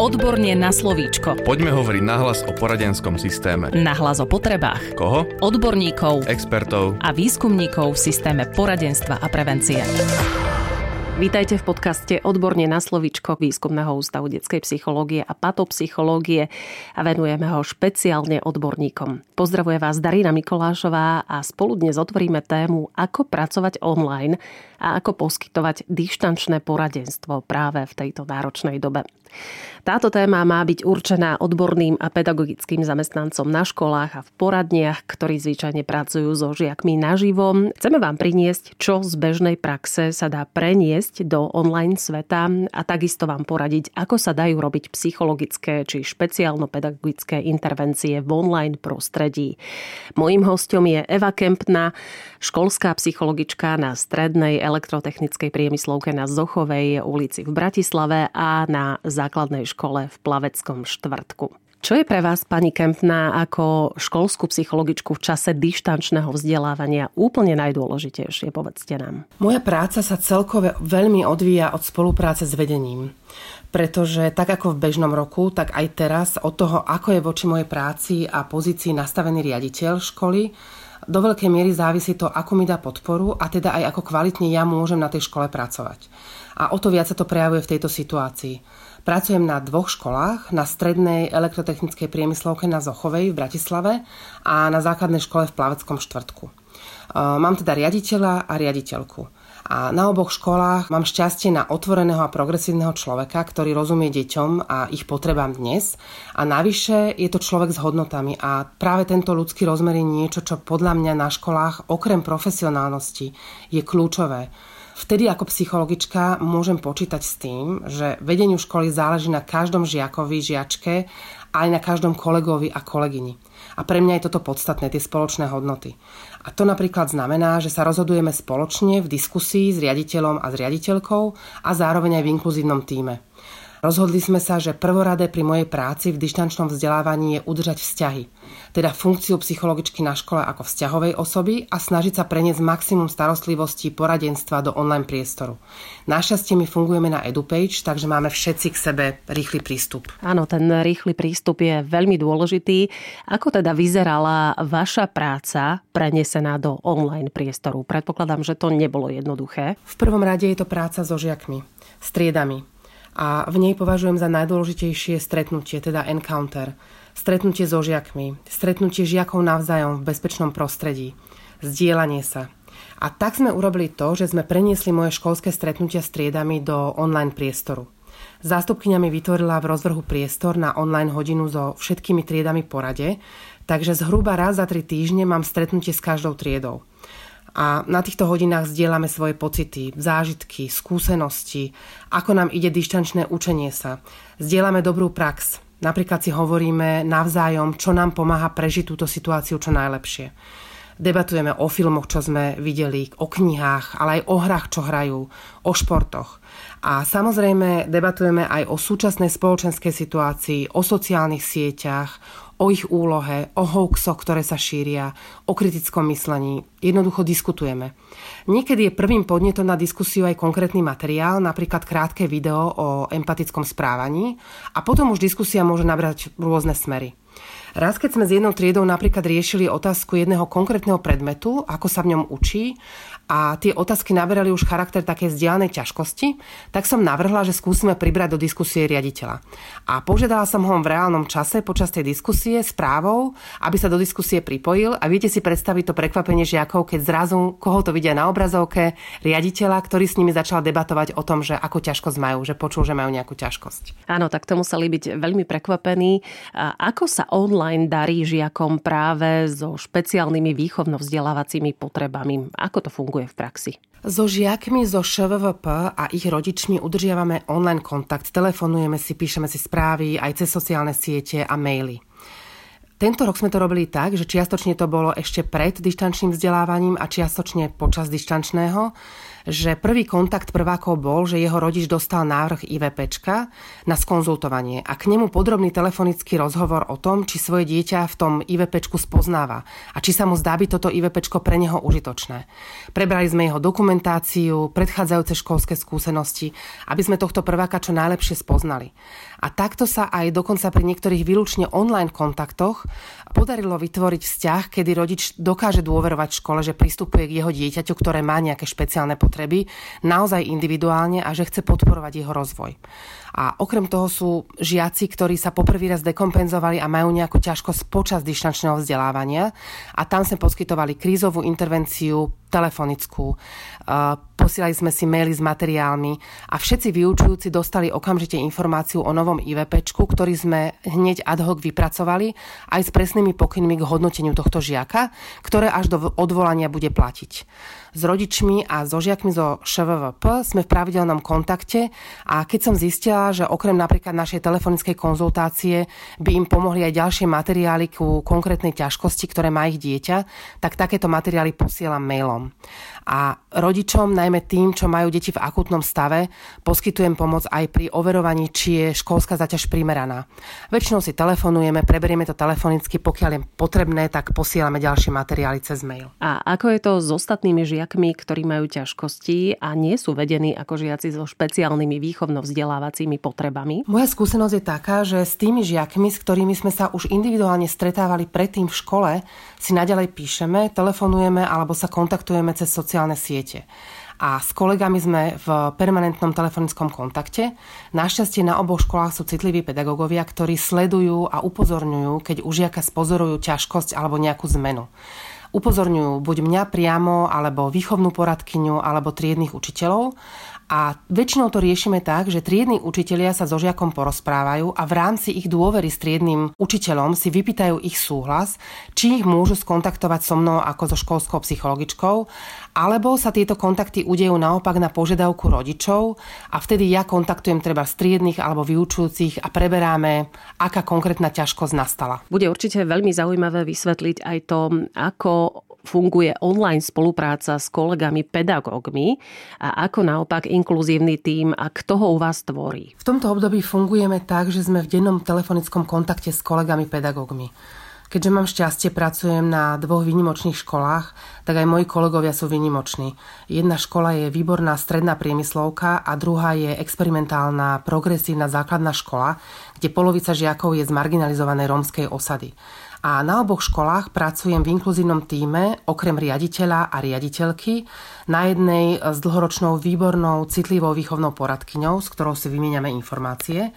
Odborne na slovíčko. Poďme hovoriť nahlas o poradenskom systéme. Nahlas o potrebách. Koho? Odborníkov, Expertov a výskumníkov v systéme poradenstva a prevencie. Vítajte v podcaste Odborne na slovíčko Výskumného ústavu detskej psychológie a patopsychológie a venujeme ho špeciálne odborníkom. Pozdravuje vás Darina Mikolášová a spolu dnes otvoríme tému, ako pracovať online a ako poskytovať dištančné poradenstvo práve v tejto náročnej dobe. Táto téma má byť určená odborným a pedagogickým zamestnancom na školách a v poradniach, ktorí zvyčajne pracujú so žiakmi naživo. Chceme vám priniesť, čo z bežnej praxe sa dá preniesť do online sveta a takisto vám poradiť, ako sa dajú robiť psychologické či špeciálno-pedagogické intervencie v online prostredí. Mojím hosťom je Eva Kemptna, školská psychologička na Strednej elektrotechnickej priemyslovke na Zochovej ulici v Bratislave a na základnej škole v Plaveckom štvrtku. Čo je pre vás, pani Kemptna, ako školskú psychologičku v čase dištančného vzdelávania úplne najdôležitejšie? Povedzte nám. Moja práca sa celkové veľmi odvíja od spolupráce s vedením. Pretože tak ako v bežnom roku, tak aj teraz od toho, ako je voči mojej práci a pozícii nastavený riaditeľ školy, do veľkej miery závisí to, ako mi dá podporu a teda aj ako kvalitne ja môžem na tej škole pracovať. A o to viac sa to prejavuje v tejto situácii. Pracujem na 2 školách, na Strednej elektrotechnickej priemyslovke na Zochovej v Bratislave a na základnej škole v Plaveckom štvrtku. Mám teda riaditeľa a riaditeľku. A na oboch školách mám šťastie na otvoreného a progresívneho človeka, ktorý rozumie deťom a ich potrebám dnes. A navyše je to človek s hodnotami a práve tento ľudský rozmer je niečo, čo podľa mňa na školách okrem profesionálnosti je kľúčové. Vtedy ako psychologička môžem počítať s tým, že vedeniu školy záleží na každom žiakovi, žiačke a aj na každom kolegovi a kolegyni. A pre mňa je toto podstatné, tie spoločné hodnoty. A to napríklad znamená, že sa rozhodujeme spoločne v diskusii s riaditeľom a s riaditeľkou a zároveň aj v inkluzívnom tíme. Rozhodli sme sa, že prvoradé pri mojej práci v dištančnom vzdelávaní je udržať vzťahy, teda funkciu psychologičky na škole ako vzťahovej osoby a snažiť sa preniesť maximum starostlivosti, poradenstva do online priestoru. Našťastie my fungujeme na EduPage, takže máme všetci k sebe rýchly prístup. Áno, ten rýchly prístup je veľmi dôležitý. Ako teda vyzerala vaša práca prenesená do online priestoru? Predpokladám, že to nebolo jednoduché. V prvom rade je to práca so žiakmi, s triedami. A v nej považujem za najdôležitejšie stretnutie, teda encounter. Stretnutie so žiakmi, stretnutie žiakov navzájom v bezpečnom prostredí, zdieľanie sa. A tak sme urobili to, že sme preniesli moje školské stretnutia s triedami do online priestoru. Zástupkyňa mi vytvorila v rozvrhu priestor na online hodinu so všetkými triedami po rade, takže zhruba raz za 3 týždne mám stretnutie s každou triedou. A na týchto hodinách zdieľame svoje pocity, zážitky, skúsenosti, ako nám ide dištančné učenie sa. Zdieľame dobrú prax. Napríklad si hovoríme navzájom, čo nám pomáha prežiť túto situáciu čo najlepšie. Debatujeme o filmoch, čo sme videli, o knihách, ale aj o hrách, čo hrajú, o športoch. A samozrejme debatujeme aj o súčasnej spoločenskej situácii, o sociálnych sieťach, o ich úlohe, o hoaxoch, ktoré sa šíria, o kritickom myslení. Jednoducho diskutujeme. Niekedy je prvým podnetom na diskusiu aj konkrétny materiál, napríklad krátke video o empatickom správaní a potom už diskusia môže nabrať rôzne smery. Raz, keď sme s jednou triedou napríklad riešili otázku jedného konkrétneho predmetu, ako sa v ňom učí, a tie otázky naberali už charakter takej vzdialenej ťažkosti, tak som navrhla, že skúsime pribrať do diskusie riaditeľa. A požiadala som ho v reálnom čase počas tej diskusie správou, aby sa do diskusie pripojil a viete si predstaviť to prekvapenie žiakov, keď zrazu, koho to vidia na obrazovke, riaditeľa, ktorý s nimi začal debatovať o tom, že akú ťažkosť majú, že počul, že majú nejakú ťažkosť. Áno, tak to museli byť veľmi prekvapení. A ako sa online darí žiakom práve so špeciálnymi výchovno-vzdelávacími potrebami? Ako to funguje v praxi? So žiakmi zo ŠVVP a ich rodičmi udržiavame online kontakt, telefonujeme si, píšeme si správy aj cez sociálne siete a maily. Tento rok sme to robili tak, že čiastočne to bolo ešte pred dištančným vzdelávaním a čiastočne počas dištančného, že prvý kontakt prvákov bol, že jeho rodič dostal návrh IVPčka na skonzultovanie a k nemu podrobný telefonický rozhovor o tom, či svoje dieťa v tom IVPčku spoznáva a či sa mu zdá byť toto IVPčko pre neho užitočné. Prebrali sme jeho dokumentáciu, predchádzajúce školské skúsenosti, aby sme tohto prváka čo najlepšie spoznali. A takto sa aj dokonca pri niektorých výlučne online kontaktoch podarilo vytvoriť vzťah, kedy rodič dokáže dôverovať škole, že pristupuje k jeho dieťaťu, ktoré má nejaké špeciálne potreby, naozaj individuálne a že chce podporovať jeho rozvoj. A okrem toho sú žiaci, ktorí sa poprvý raz dekompenzovali a majú nejakú ťažkosť počas dištančného vzdelávania a tam sme poskytovali krízovú intervenciu telefonickú, posielali sme si maily s materiálmi a všetci vyučujúci dostali okamžite informáciu o novom IVPčku, ktorý sme hneď ad hoc vypracovali aj s presnými pokynmi k hodnoteniu tohto žiaka, ktoré až do odvolania bude platiť. S rodičmi a so žiakmi zo ŠVVP sme v pravidelnom kontakte a keď som zistila, že okrem napríklad našej telefonickej konzultácie by im pomohli aj ďalšie materiály ku konkrétnej ťažkosti, ktoré má ich dieťa, tak takéto materiály posielam mailom. A rodičom, najmä tým, čo majú deti v akútnom stave, poskytujem pomoc aj pri overovaní, či je školská záťaž primeraná. Väčšinou si telefonujeme, preberieme to telefonicky, pokiaľ je potrebné, tak posielame ďalšie materiály cez mail. A ako je to s ostatnými žiakmi, ktorí majú ťažkosti a nie sú vedení ako žiaci so špeciálnymi výchovno-vzdelávacími potrebami? Moja skúsenosť je taká, že s tými žiakmi, s ktorými sme sa už individuálne stretávali predtým v škole, si naďalej píšeme, telefonujeme alebo sa kontaktujeme cez sociálne siete. A s kolegami sme v permanentnom telefonickom kontakte. Našťastie na oboch školách sú citliví pedagógovia, ktorí sledujú a upozorňujú, keď u žiaka spozorujú ťažkosť alebo nejakú zmenu. Upozorňujú buď mňa priamo, alebo výchovnú poradkyňu, alebo triednych učiteľov. A väčšinou to riešime tak, že triedni učitelia sa so žiakom porozprávajú a v rámci ich dôvery s triednym učiteľom si vypýtajú ich súhlas, či ich môžu skontaktovať so mnou ako so školskou psychologičkou, alebo sa tieto kontakty udejú naopak na požiadavku rodičov a vtedy ja kontaktujem treba striednych alebo vyučujúcich a preberáme, aká konkrétna ťažkosť nastala. Bude určite veľmi zaujímavé vysvetliť aj to, ako funguje online spolupráca s kolegami pedagógmi a ako naopak inkluzívny tím a kto ho u vás tvorí. V tomto období fungujeme tak, že sme v dennom telefonickom kontakte s kolegami pedagógmi. Keďže mám šťastie, pracujem na 2 výnimočných školách, tak aj moji kolegovia sú výnimoční. Jedna škola je výborná stredná priemyslovka a druhá je experimentálna progresívna základná škola, kde polovica žiakov je z marginalizovanej rómskej osady. A na oboch školách pracujem v inkluzívnom tíme, okrem riaditeľa a riaditeľky, na jednej s dlhoročnou výbornou citlivou výchovnou poradkyňou, s ktorou si vymieňame informácie,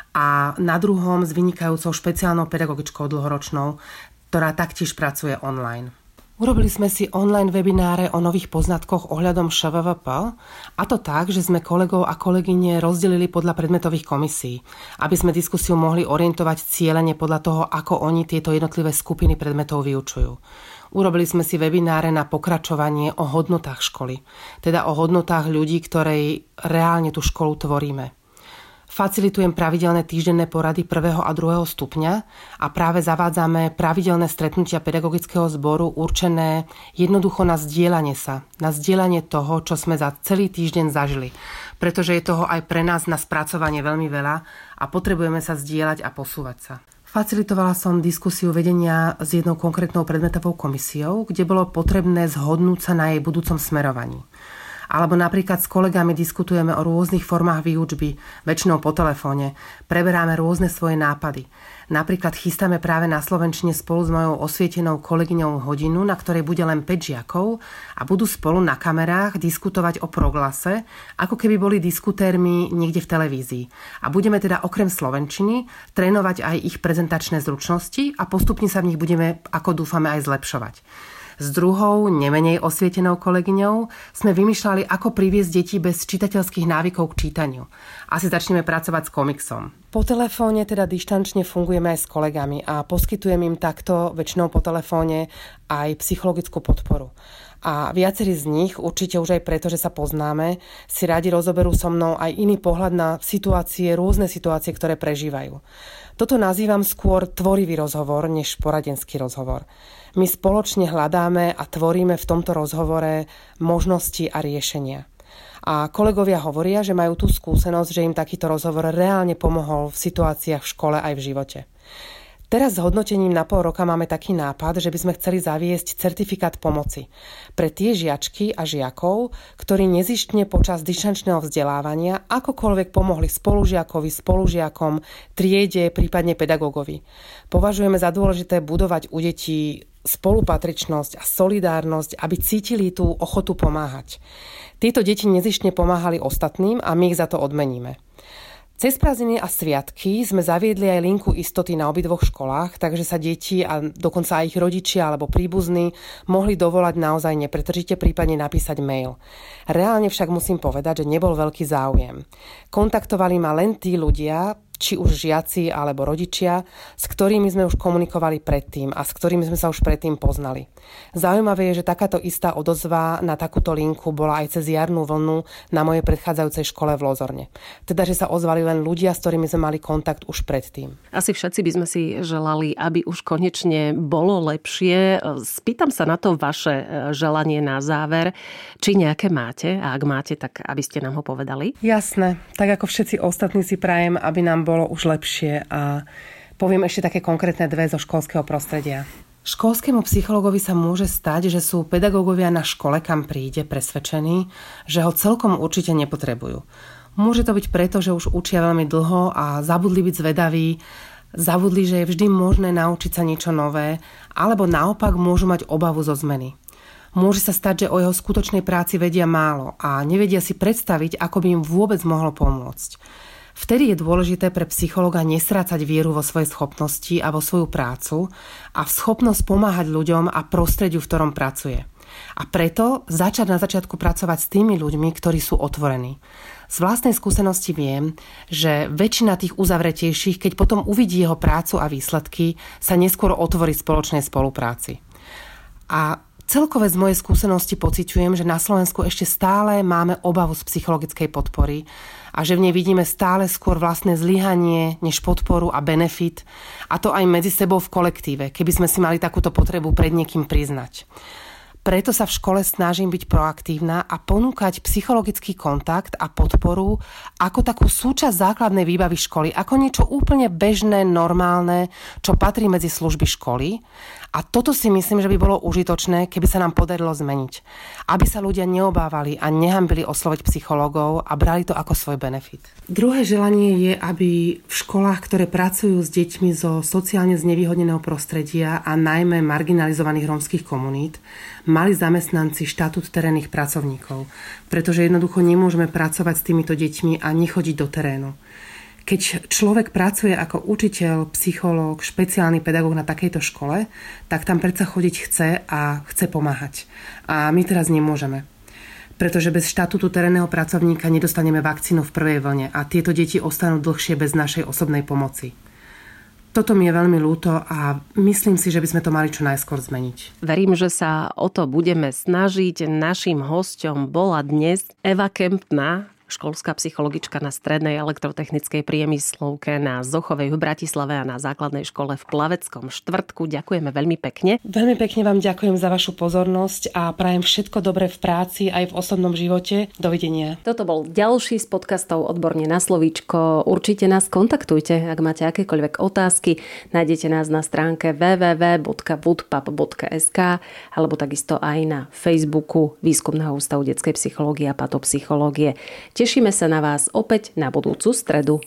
a na druhom s vynikajúcou špeciálnou pedagogičkou dlhoročnou, ktorá taktiež pracuje online. Urobili sme si online webináre o nových poznatkoch ohľadom ŠVVP, a to tak, že sme kolegov a kolegyne rozdelili podľa predmetových komisí, aby sme diskusiu mohli orientovať cielene podľa toho, ako oni tieto jednotlivé skupiny predmetov vyučujú. Urobili sme si webináre na pokračovanie o hodnotách školy, teda o hodnotách ľudí, ktorej reálne tú školu tvoríme. Facilitujem pravidelné týždenné porady 1. a 2. stupňa a práve zavádzame pravidelné stretnutia pedagogického zboru určené jednoducho na zdieľanie sa, na zdieľanie toho, čo sme za celý týždeň zažili. Pretože je toho aj pre nás na spracovanie veľmi veľa a potrebujeme sa zdieľať a posúvať sa. Facilitovala som diskusiu vedenia s jednou konkrétnou predmetovou komisiou, kde bolo potrebné zhodnúť sa na jej budúcom smerovaní. Alebo napríklad s kolegami diskutujeme o rôznych formách výučby, väčšinou po telefóne. Preberáme rôzne svoje nápady. Napríklad chystáme práve na slovenčine spolu s mojou osvietenou kolegyňou hodinu, na ktorej bude len 5 žiakov a budú spolu na kamerách diskutovať o proglase, ako keby boli diskutérmi niekde v televízii. A budeme teda okrem slovenčiny trénovať aj ich prezentačné zručnosti a postupne sa v nich budeme, ako dúfame, aj zlepšovať. S druhou, nemenej osvietenou kolegyňou sme vymýšľali, ako priviesť deti bez čitateľských návykov k čítaniu. Asi začneme pracovať s komiksom. Po telefóne, teda dištančne fungujeme aj s kolegami a poskytujem im takto, väčšinou po telefóne, aj psychologickú podporu. A viacerí z nich, určite už aj preto, že sa poznáme, si radi rozoberú so mnou aj iný pohľad na situácie, rôzne situácie, ktoré prežívajú. Toto nazývam skôr tvorivý rozhovor, než poradenský rozhovor. My spoločne hľadáme a tvoríme v tomto rozhovore možnosti a riešenia. A kolegovia hovoria, že majú tú skúsenosť, že im takýto rozhovor reálne pomohol v situáciách v škole aj v živote. Teraz s hodnotením na pol roka máme taký nápad, že by sme chceli zaviesť certifikát pomoci pre tie žiačky a žiakov, ktorí nezištne počas dištančného vzdelávania akokoľvek pomohli spolužiakom, triede, prípadne pedagógovi. Považujeme za dôležité budovať u detí spolupatričnosť a solidárnosť, aby cítili tú ochotu pomáhať. Tieto deti nezištne pomáhali ostatným a my ich za to odmeníme. Cez prázdniny a sviatky sme zaviedli aj linku istoty na obidvoch školách, takže sa deti a dokonca aj ich rodičia alebo príbuzní mohli dovolať naozaj nepretržite, prípadne napísať mail. Reálne však musím povedať, že nebol veľký záujem. Kontaktovali ma len tí ľudia, či už žiaci alebo rodičia, s ktorými sme už komunikovali predtým a s ktorými sme sa už predtým poznali. Zaujímavé je, že takáto istá odozva na takúto linku bola aj cez jarnú vlnu na mojej predchádzajúcej škole v Lozorne. Teda, že sa ozvali len ľudia, s ktorými sme mali kontakt už predtým. Asi všetci by sme si želali, aby už konečne bolo lepšie. Spýtam sa na to vaše želanie na záver. Či nejaké máte? A ak máte, tak aby ste nám ho povedali. Jasné. Tak ako všetci ostatní si prajem, aby nám bolo už lepšie, a poviem ešte také konkrétne dve zo školského prostredia. Školskému psychologovi sa môže stať, že sú pedagógovia na škole, kam príde, presvedčení, že ho celkom určite nepotrebujú. Môže to byť preto, že už učia veľmi dlho a zabudli byť zvedaví, zabudli, že je vždy možné naučiť sa niečo nové, alebo naopak môžu mať obavu zo zmeny. Môže sa stať, že o jeho skutočnej práci vedia málo a nevedia si predstaviť, ako by im vôbec mohlo pomôcť. Vtedy je dôležité pre psychologa nestrácať vieru vo svoje schopnosti a vo svoju prácu a v schopnosť pomáhať ľuďom a prostrediu, v ktorom pracuje. A preto začať na začiatku pracovať s tými ľuďmi, ktorí sú otvorení. Z vlastnej skúsenosti viem, že väčšina tých uzavretejších, keď potom uvidí jeho prácu a výsledky, sa neskôr otvorí spoločnej spolupráci. A celkové z mojej skúsenosti pociťujem, že na Slovensku ešte stále máme obavu z psychologickej podpory a že v nej vidíme stále skôr vlastné zlyhanie než podporu a benefit, a to aj medzi sebou v kolektíve, keby sme si mali takúto potrebu pred niekým priznať. Preto sa v škole snažím byť proaktívna a ponúkať psychologický kontakt a podporu ako takú súčasť základnej výbavy školy, ako niečo úplne bežné, normálne, čo patrí medzi služby školy. A toto si myslím, že by bolo užitočné, keby sa nám podarilo zmeniť. Aby sa ľudia neobávali a nehambili osloviť psychológov a brali to ako svoj benefit. Druhé želanie je, aby v školách, ktoré pracujú s deťmi zo sociálne znevýhodneného prostredia a najmä marginalizovaných rómskych komunít, mali zamestnanci štatút terénnych pracovníkov, pretože jednoducho nemôžeme pracovať s týmito deťmi a nechodiť do terénu. Keď človek pracuje ako učiteľ, psychológ, špeciálny pedagóg na takejto škole, tak tam predsa chodiť chce a chce pomáhať. A my teraz nemôžeme. Pretože bez štatútu terénneho pracovníka nedostaneme vakcínu v prvej vlne a tieto deti ostanú dlhšie bez našej osobnej pomoci. Toto mi je veľmi ľúto a myslím si, že by sme to mali čo najskôr zmeniť. Verím, že sa o to budeme snažiť. Naším hosťom bola dnes Eva Kemptná, školská psychologička na Strednej elektrotechnickej priemyslovke na Zochovej v Bratislave a na základnej škole v Plaveckom Štvrtku. Ďakujeme veľmi pekne. Veľmi pekne vám ďakujem za vašu pozornosť a prajem všetko dobré v práci aj v osobnom živote. Dovidenia. Toto bol ďalší z podcastov Odborne na slovíčko. Určite nás kontaktujte, ak máte akékoľvek otázky. Nájdete nás na stránke www.woodpub.sk alebo takisto aj na Facebooku Výskumného ústavu detskej psychológie a patopsychológie. Tešíme sa na vás opäť na budúcu stredu.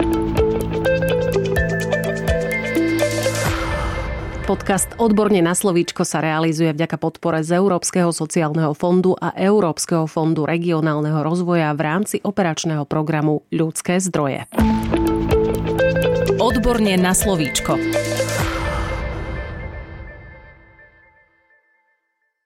Podcast Odborne na slovíčko sa realizuje vďaka podpore z Európskeho sociálneho fondu a Európskeho fondu regionálneho rozvoja v rámci operačného programu Ľudské zdroje. Odborne na slovíčko.